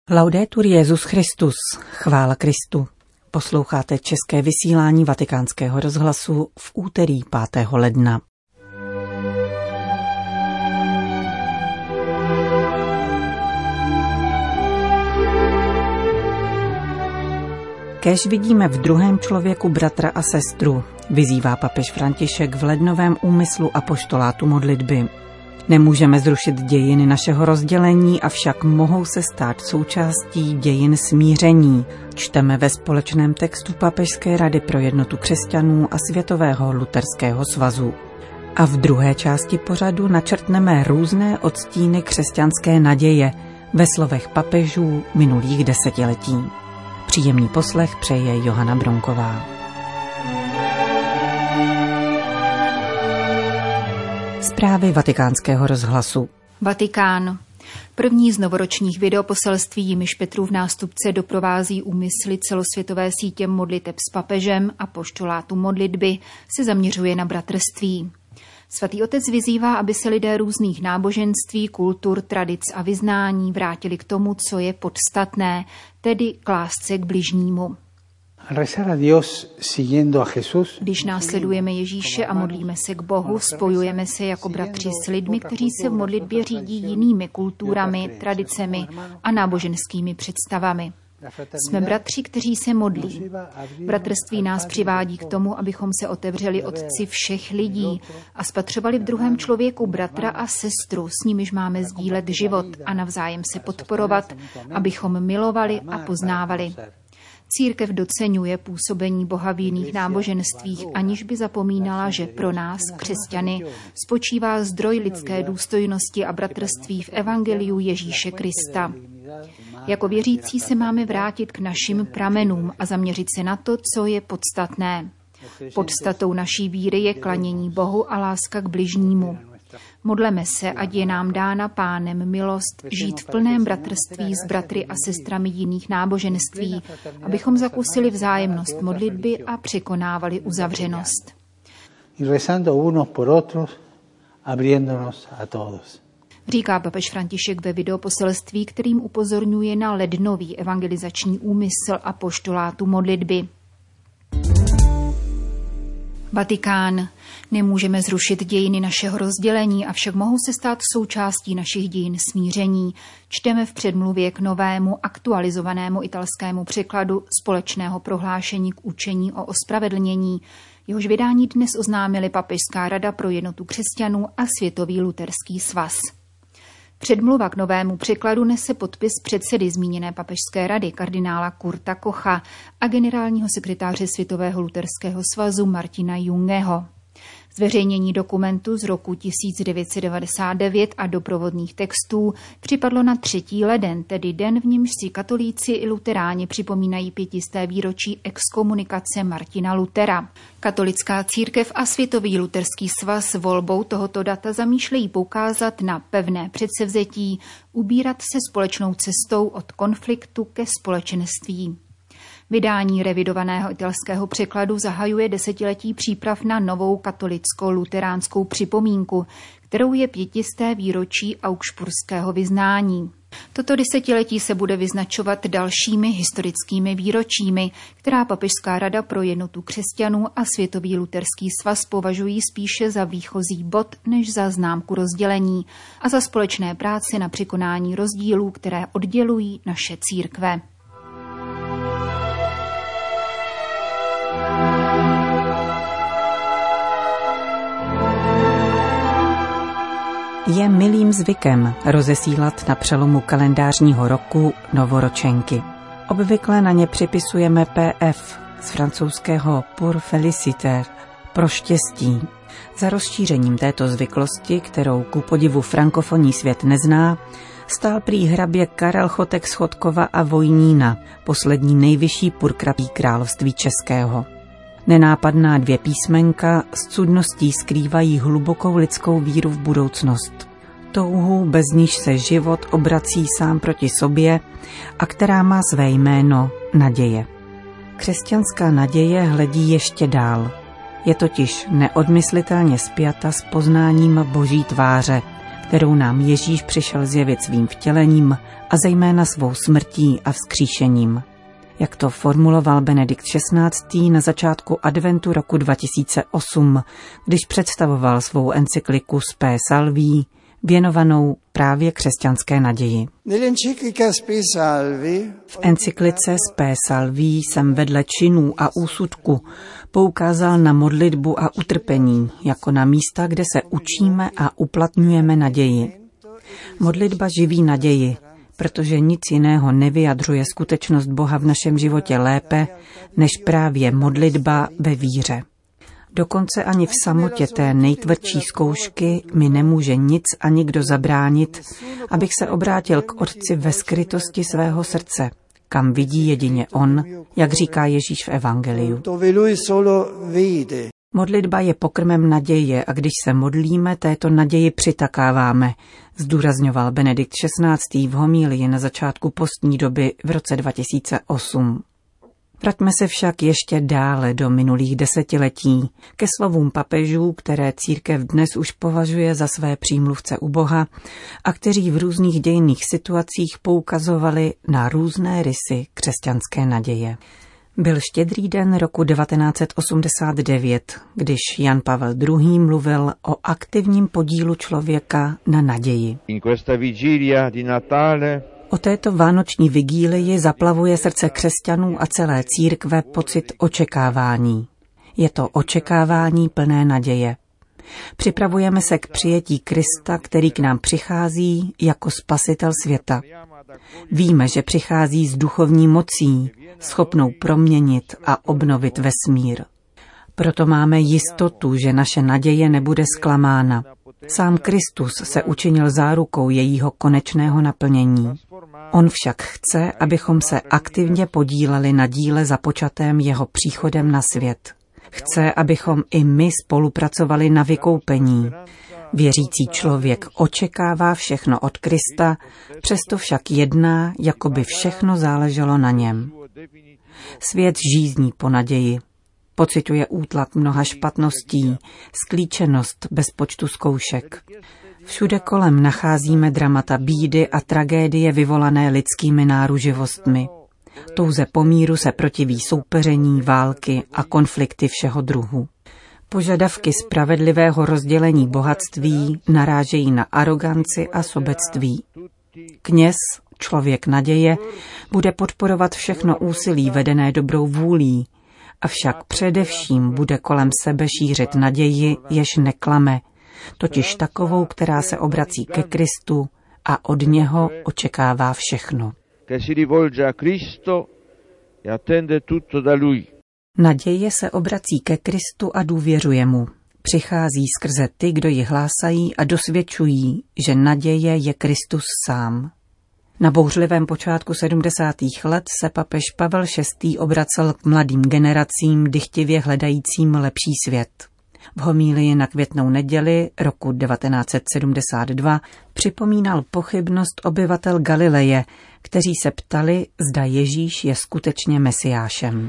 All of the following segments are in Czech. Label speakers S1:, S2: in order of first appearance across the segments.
S1: Laudetur Jesus Christus, chvála Kristu. Posloucháte české vysílání Vatikánského rozhlasu v úterý 5. ledna. Kéž vidíme v druhém člověku bratra a sestru, vyzývá papež František v lednovém úmyslu apoštolátu modlitby. Nemůžeme zrušit dějiny našeho rozdělení, avšak mohou se stát součástí dějin smíření, čteme ve společném textu Papežské rady pro jednotu křesťanů a Světového luterského svazu. A v druhé části pořadu načrtneme různé odstíny křesťanské naděje ve slovech papežů minulých desetiletí. Příjemný poslech přeje Johana Bronková. Zprávy Vatikánského rozhlasu.
S2: Vatikán. První z novoročních videoposelství, jimiž Petrův nástupce doprovází úmysly celosvětové sítě modliteb s papežem a apoštolátu modlitby, se zaměřuje na bratrství. Svatý otec vyzývá, aby se lidé různých náboženství, kultur, tradic a vyznání vrátili k tomu, co je podstatné, tedy k lásce k bližnímu. Když následujeme Ježíše a modlíme se k Bohu, spojujeme se jako bratři s lidmi, kteří se v modlitbě řídí jinými kulturami, tradicemi a náboženskými představami. Jsme bratři, kteří se modlí. Bratrství nás přivádí k tomu, abychom se otevřeli Otci všech lidí a spatřovali v druhém člověku bratra a sestru, s nimiž máme sdílet život a navzájem se podporovat, abychom milovali a poznávali. Církev doceňuje působení Boha v jiných náboženstvích, aniž by zapomínala, že pro nás, křesťany, spočívá zdroj lidské důstojnosti a bratrství v evangeliu Ježíše Krista. Jako věřící se máme vrátit k našim pramenům a zaměřit se na to, co je podstatné. Podstatou naší víry je klanění Bohu a láska k bližnímu. Modleme se, ať je nám dána Pánem milost žít v plném bratrství s bratry a sestrami jiných náboženství, abychom zakusili vzájemnost modlitby a překonávali uzavřenost. Říká papež František ve videoposelství, kterým upozorňuje na lednový evangelizační úmysl apoštolátu modlitby. Vatikán. Nemůžeme zrušit dějiny našeho rozdělení, avšak mohou se stát součástí našich dějin smíření. Čteme v předmluvě k novému, aktualizovanému italskému překladu společného prohlášení k učení o ospravedlnění. Jehož vydání dnes oznámili Papežská rada pro jednotu křesťanů a Světový luterský svaz. Předmluva k novému překladu nese podpis předsedy zmíněné Papežské rady kardinála Kurta Kocha a generálního sekretáře Světového luterského svazu Martina Jungeho. Zveřejnění dokumentu z roku 1999 a doprovodných textů připadlo na 3. leden, tedy den, v němž si katolíci i luteráni připomínají 500. výročí exkomunikace Martina Lutera. Katolická církev a Světový luterský svaz volbou tohoto data zamýšlejí poukázat na pevné předsevzetí, ubírat se společnou cestou od konfliktu ke společenství. Vydání revidovaného italského překladu zahajuje desetiletí příprav na novou katolicko-luteránskou připomínku, kterou je 500. výročí augsburského vyznání. Toto desetiletí se bude vyznačovat dalšími historickými výročími, která Papežská rada pro jednotu křesťanů a Světový luterský svaz považují spíše za výchozí bod než za známku rozdělení a za společné práce na překonání rozdílů, které oddělují naše církve.
S1: Je milým zvykem rozesílat na přelomu kalendářního roku novoročenky. Obvykle na ně připisujeme PF z francouzského pour féliciter, pro štěstí. Za rozšířením této zvyklosti, kterou ku podivu frankofonní svět nezná, stál prý hrabě Karel Chotek z Chodkova a Vojnína, poslední nejvyšší purkrabí království českého. Nenápadná 2 písmenka s cudností skrývají hlubokou lidskou víru v budoucnost. Touhu, bez níž se život obrací sám proti sobě a která má své jméno naděje. Křesťanská naděje hledí ještě dál. Je totiž neodmyslitelně spjata s poznáním Boží tváře, kterou nám Ježíš přišel zjevit svým vtělením a zejména svou smrtí a vzkříšením. Jak to formuloval Benedikt XVI. Na začátku adventu roku 2008, když představoval svou encykliku Spe Salvi, věnovanou právě křesťanské naději. V encyklice Spe Salvi jsem vedle činů a úsudku poukázal na modlitbu a utrpení jako na místa, kde se učíme a uplatňujeme naději. Modlitba živí naději, protože nic jiného nevyjadřuje skutečnost Boha v našem životě lépe, než právě modlitba ve víře. Dokonce ani v samotě té nejtvrdší zkoušky mi nemůže nic a nikdo zabránit, abych se obrátil k Otci ve skrytosti svého srdce, kam vidí jedině on, jak říká Ježíš v evangeliu. Modlitba je pokrmem naděje a když se modlíme, této naději přitakáváme, zdůrazňoval Benedikt XVI. V homílii na začátku postní doby v roce 2008. Vraťme se však ještě dále do minulých desetiletí, ke slovům papežů, které církev dnes už považuje za své přímluvce u Boha a kteří v různých dějinných situacích poukazovali na různé rysy křesťanské naděje. Byl Štědrý den roku 1989, když Jan Pavel II. Mluvil o aktivním podílu člověka na naději. O této vánoční vigílii zaplavuje srdce křesťanů a celé církve pocit očekávání. Je to očekávání plné naděje. Připravujeme se k přijetí Krista, který k nám přichází jako spasitel světa. Víme, že přichází s duchovní mocí, schopnou proměnit a obnovit vesmír. Proto máme jistotu, že naše naděje nebude zklamána. Sám Kristus se učinil zárukou jejího konečného naplnění. On však chce, abychom se aktivně podíleli na díle započatém jeho příchodem na svět. Chce, abychom i my spolupracovali na vykoupení. Věřící člověk očekává všechno od Krista, přesto však jedná, jako by všechno záleželo na něm. Svět žízní po naději. Pociťuje útlak mnoha špatností, sklíčenost bez počtu zkoušek. Všude kolem nacházíme dramata bídy a tragédie vyvolané lidskými náruživostmi. Touze po míru se protiví soupeření, války a konflikty všeho druhu. Požadavky spravedlivého rozdělení bohatství narážejí na aroganci a sobectví. Kněz, člověk naděje, bude podporovat všechno úsilí vedené dobrou vůlí, avšak především bude kolem sebe šířit naději, jež neklame, totiž takovou, která se obrací ke Kristu a od něho očekává všechno. Naděje se obrací ke Kristu a důvěřuje mu. Přichází skrze ty, kdo ji hlásají a dosvědčují, že naděje je Kristus sám. Na bouřlivém počátku 70. let se papež Pavel VI. Obracel k mladým generacím dychtivě hledajícím lepší svět. V homílii na Květnou neděli roku 1972 připomínal pochybnost obyvatel Galileje, kteří se ptali, zda Ježíš je skutečně Mesiášem.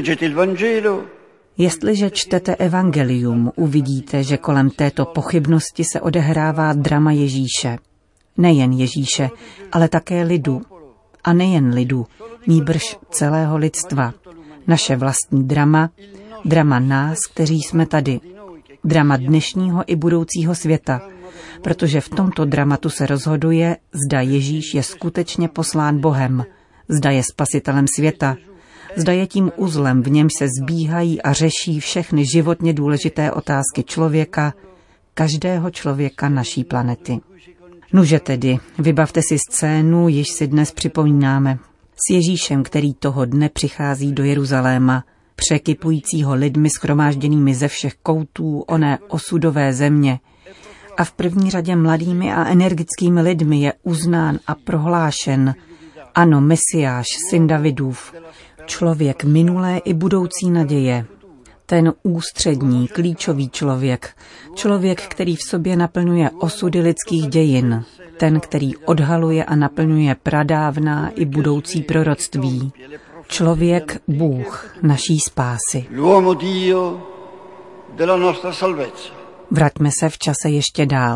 S1: Jestliže čtete evangelium, uvidíte, že kolem této pochybnosti se odehrává drama Ježíše. Nejen Ježíše, ale také lidu. A nejen lidu, nýbrž celého lidstva. Naše vlastní drama, drama nás, kteří jsme tady. Drama dnešního i budoucího světa, protože v tomto dramatu se rozhoduje, zda Ježíš je skutečně poslán Bohem, zda je spasitelem světa, zda je tím uzlem, v němž se zbíhají a řeší všechny životně důležité otázky člověka, každého člověka naší planety. Nuže tedy, vybavte si scénu, již si dnes připomínáme. S Ježíšem, který toho dne přichází do Jeruzaléma, překypujícího lidmi shromážděnými ze všech koutů oné osudové země. A v první řadě mladými a energickými lidmi je uznán a prohlášen. Ano, Mesiáš, syn Davidův, člověk minulé i budoucí naděje. Ten ústřední, klíčový člověk. Člověk, který v sobě naplňuje osudy lidských dějin. Ten, který odhaluje a naplňuje pradávná i budoucí proroctví. Člověk, Bůh, naší spásy. Vraťme se v čase ještě dál.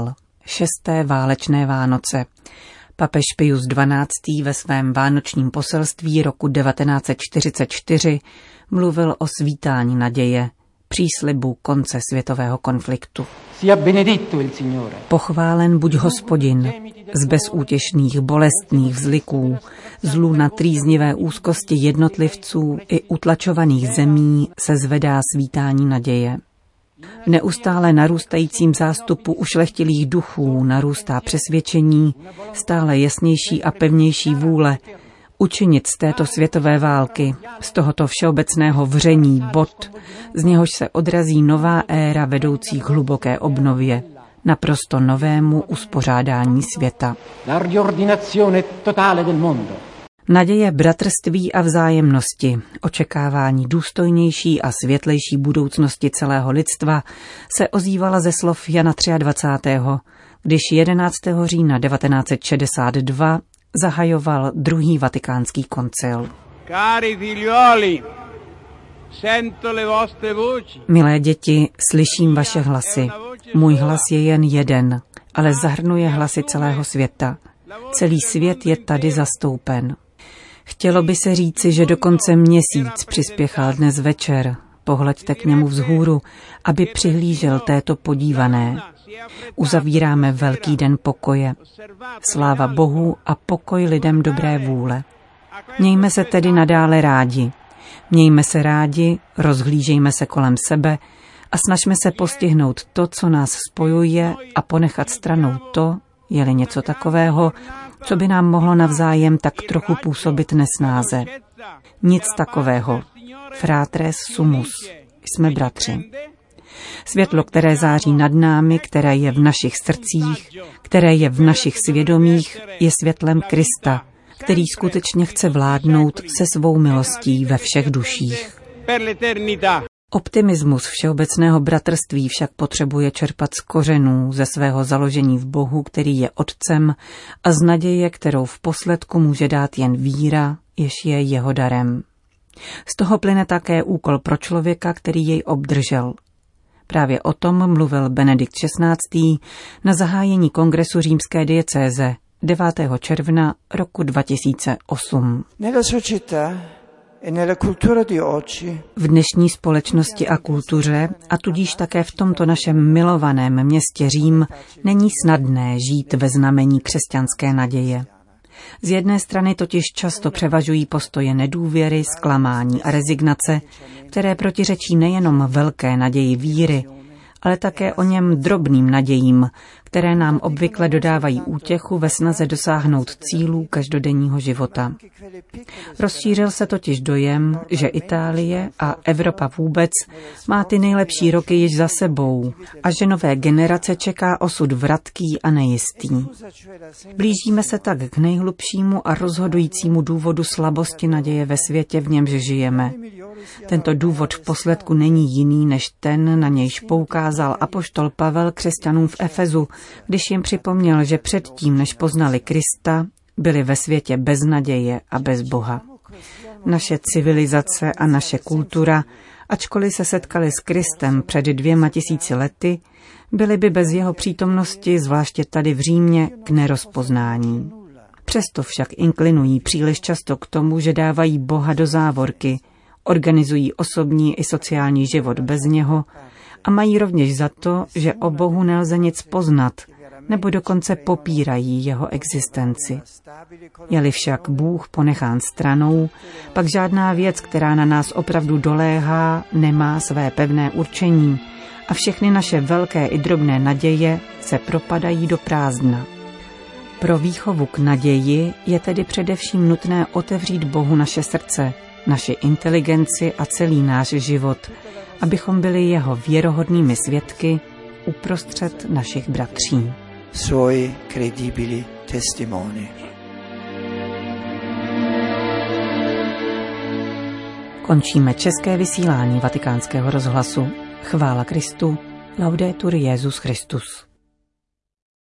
S1: 6. válečné Vánoce. Papež Pius XII. Ve svém vánočním poselství roku 1944 mluvil o svítání naděje, příslibu konce světového konfliktu. Pochválen buď Hospodin, z bezútěšných bolestných vzliků, zlu na trýznivé úzkosti jednotlivců i utlačovaných zemí se zvedá svítání naděje. V neustále narůstajícím zástupu ušlechtilých duchů narůstá přesvědčení, stále jasnější a pevnější vůle učinit z této světové války, z tohoto všeobecného vření bod, z něhož se odrazí nová éra vedoucí k hluboké obnově, naprosto novému uspořádání světa. Naděje bratrství a vzájemnosti, očekávání důstojnější a světlejší budoucnosti celého lidstva se ozývala ze slov Jana 23., když 11. října 1962 zahajoval druhý vatikánský koncil. Milé děti, slyším vaše hlasy. Můj hlas je jen jeden, ale zahrnuje hlasy celého světa. Celý svět je tady zastoupen. Chtělo by se říci, že dokonce měsíc přispěchal dnes večer. Pohleďte k němu vzhůru, aby přihlížel této podívané. Uzavíráme velký den pokoje. Sláva Bohu a pokoj lidem dobré vůle. Mějme se tedy nadále rádi. Mějme se rádi, rozhlížejme se kolem sebe a snažme se postihnout to, co nás spojuje a ponechat stranou to, je-li něco takového, co by nám mohlo navzájem tak trochu působit nesnáze. Nic takového. Fratres sumus. Jsme bratři. Světlo, které září nad námi, které je v našich srdcích, které je v našich svědomích, je světlem Krista, který skutečně chce vládnout se svou milostí ve všech duších. Optimismus všeobecného bratrství však potřebuje čerpat z kořenů, ze svého založení v Bohu, který je Otcem, a z naděje, kterou v posledku může dát jen víra, jež je jeho darem. Z toho plyne také úkol pro člověka, který jej obdržel. Právě o tom mluvil Benedikt XVI. Na zahájení kongresu římské diecéze 9. června roku 2008. V dnešní společnosti a kultuře, a tudíž také v tomto našem milovaném městě Řím, není snadné žít ve znamení křesťanské naděje. Z jedné strany totiž často převažují postoje nedůvěry, zklamání a rezignace, které protiřečí nejenom velké naději víry, ale také o něm drobným nadějím, které nám obvykle dodávají útěchu ve snaze dosáhnout cílů každodenního života. Rozšířil se totiž dojem, že Itálie a Evropa vůbec má ty nejlepší roky již za sebou a že nové generace čeká osud vratký a nejistý. Blížíme se tak k nejhlubšímu a rozhodujícímu důvodu slabosti naděje ve světě, v němž žijeme. Tento důvod v posledku není jiný než ten, na nějž poukázal apoštol Pavel křesťanům v Efezu, když jim připomněl, že předtím, než poznali Krista, byli ve světě bez naděje a bez Boha. Naše civilizace a naše kultura, ačkoliv se setkali s Kristem před 2000 lety, byly by bez jeho přítomnosti, zvláště tady v Římě, k nerozpoznání. Přesto však inklinují příliš často k tomu, že dávají Boha do závorky, organizují osobní i sociální život bez něho a mají rovněž za to, že o Bohu nelze nic poznat, nebo dokonce popírají jeho existenci. Je-li však Bůh ponechán stranou, pak žádná věc, která na nás opravdu doléhá, nemá své pevné určení a všechny naše velké i drobné naděje se propadají do prázdna. Pro výchovu k naději je tedy především nutné otevřít Bohu naše srdce, naši inteligenci a celý náš život, abychom byli jeho věrohodnými svědky uprostřed našich bratří.
S3: Suoi credibili testimoni.
S1: Končíme české vysílání Vatikánského rozhlasu. Chvála Kristu, laudetur Jesus Christus.